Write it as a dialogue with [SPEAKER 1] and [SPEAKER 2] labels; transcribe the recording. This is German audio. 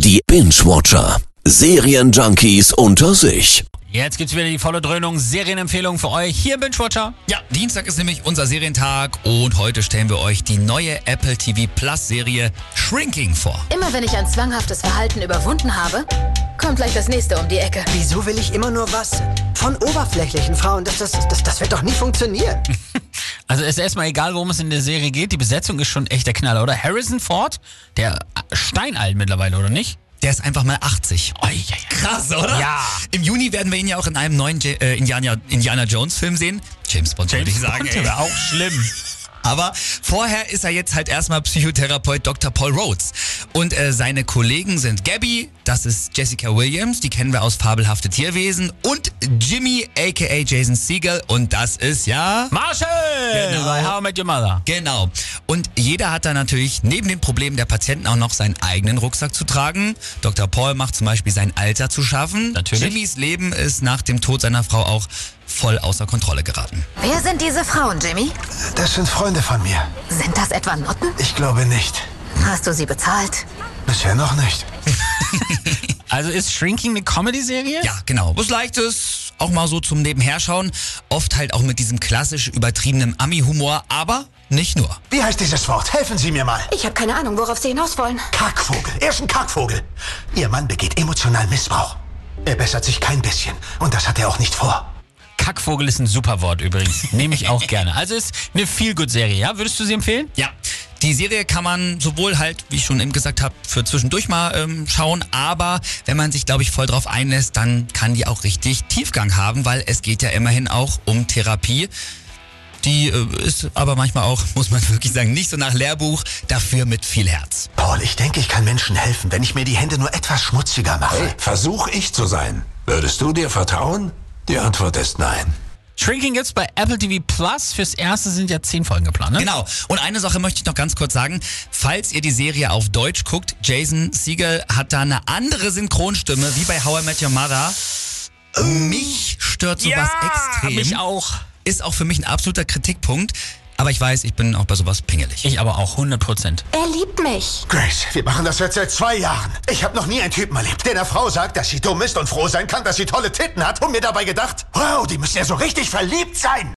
[SPEAKER 1] Die Binge-Watcher. Serienjunkies unter sich.
[SPEAKER 2] Jetzt gibt's wieder die volle Dröhnung Serienempfehlung für euch hier im Binge-Watcher.
[SPEAKER 3] Ja, Dienstag ist nämlich unser Serientag und heute stellen wir euch die neue Apple TV Plus Serie Shrinking vor.
[SPEAKER 4] Immer wenn ich ein zwanghaftes Verhalten überwunden habe, kommt gleich das nächste um die Ecke.
[SPEAKER 5] Wieso will ich immer nur was von oberflächlichen Frauen? Das wird doch nie funktionieren.
[SPEAKER 2] Also ist erstmal egal, worum es in der Serie geht. Die Besetzung ist schon echt der Knaller, oder? Harrison Ford, der steinalt mittlerweile, oder nicht?
[SPEAKER 3] Der ist einfach mal 80.
[SPEAKER 2] Oh, ja.
[SPEAKER 3] Krass, oder?
[SPEAKER 2] Ja.
[SPEAKER 3] Im Juni werden wir ihn ja auch in einem neuen Indiana Jones Film sehen. James Bond, würde ich sagen.
[SPEAKER 2] Bond wäre auch schlimm.
[SPEAKER 3] Aber vorher ist er jetzt halt erstmal Psychotherapeut Dr. Paul Rhodes. Und seine Kollegen sind Gabby, das ist Jessica Williams, die kennen wir aus Fabelhafte Tierwesen. Und Jimmy, a.k.a. Jason Segel. Und das ist ja...
[SPEAKER 2] Marshall!
[SPEAKER 3] Genau.
[SPEAKER 2] Bei How I Met Your Mother.
[SPEAKER 3] Genau. Und jeder hat da natürlich neben den Problemen der Patienten auch noch seinen eigenen Rucksack zu tragen. Dr. Paul macht zum Beispiel sein Alter zu schaffen.
[SPEAKER 2] Natürlich.
[SPEAKER 3] Jimmys Leben ist nach dem Tod seiner Frau auch voll außer Kontrolle geraten.
[SPEAKER 4] Wer sind diese Frauen, Jimmy?
[SPEAKER 5] Das sind Freunde von mir.
[SPEAKER 4] Sind das etwa Notten?
[SPEAKER 5] Ich glaube nicht.
[SPEAKER 4] Hast du sie bezahlt?
[SPEAKER 5] Bisher noch nicht.
[SPEAKER 2] Also ist Shrinking eine Comedy-Serie?
[SPEAKER 3] Ja, genau. Was Leichtes, auch mal so zum Nebenherschauen. Oft halt auch mit diesem klassisch übertriebenen Ami-Humor, aber nicht nur.
[SPEAKER 5] Wie heißt dieses Wort? Helfen Sie mir mal.
[SPEAKER 4] Ich habe keine Ahnung, worauf Sie hinaus wollen.
[SPEAKER 5] Kackvogel. Er ist ein Kackvogel. Ihr Mann begeht emotionalen Missbrauch. Er bessert sich kein bisschen. Und das hat er auch nicht vor.
[SPEAKER 2] Kackvogel ist ein super Wort übrigens. Nehme ich auch gerne. Also ist eine Feel-Good-Serie, ja? Würdest du sie empfehlen?
[SPEAKER 3] Ja, die Serie kann man sowohl halt, wie ich schon eben gesagt habe, für zwischendurch mal schauen, aber wenn man sich, glaube ich, voll drauf einlässt, dann kann die auch richtig Tiefgang haben, weil es geht ja immerhin auch um Therapie. Die ist aber manchmal auch, muss man wirklich sagen, nicht so nach Lehrbuch, dafür mit viel Herz.
[SPEAKER 5] Paul, ich denke, ich kann Menschen helfen, wenn ich mir die Hände nur etwas schmutziger mache.
[SPEAKER 6] Hey, versuch ich zu sein. Würdest du dir vertrauen? Die Antwort ist nein.
[SPEAKER 2] Shrinking gibt's bei Apple TV Plus. Fürs Erste sind ja 10 Folgen geplant, ne?
[SPEAKER 3] Genau. Und eine Sache möchte ich noch ganz kurz sagen. Falls ihr die Serie auf Deutsch guckt, Jason Segel hat da eine andere Synchronstimme, wie bei How I Met Your Mother. Mich stört sowas extrem.
[SPEAKER 2] Mich auch.
[SPEAKER 3] Ist auch für mich ein absoluter Kritikpunkt. Aber ich weiß, ich bin auch bei sowas pingelig.
[SPEAKER 2] Ich aber auch, 100%.
[SPEAKER 4] Er liebt mich.
[SPEAKER 5] Grace, wir machen das jetzt seit 2 Jahren. Ich habe noch nie einen Typen erlebt, der einer Frau sagt, dass sie dumm ist und froh sein kann, dass sie tolle Titten hat und mir dabei gedacht, wow, die müssen ja so richtig verliebt sein.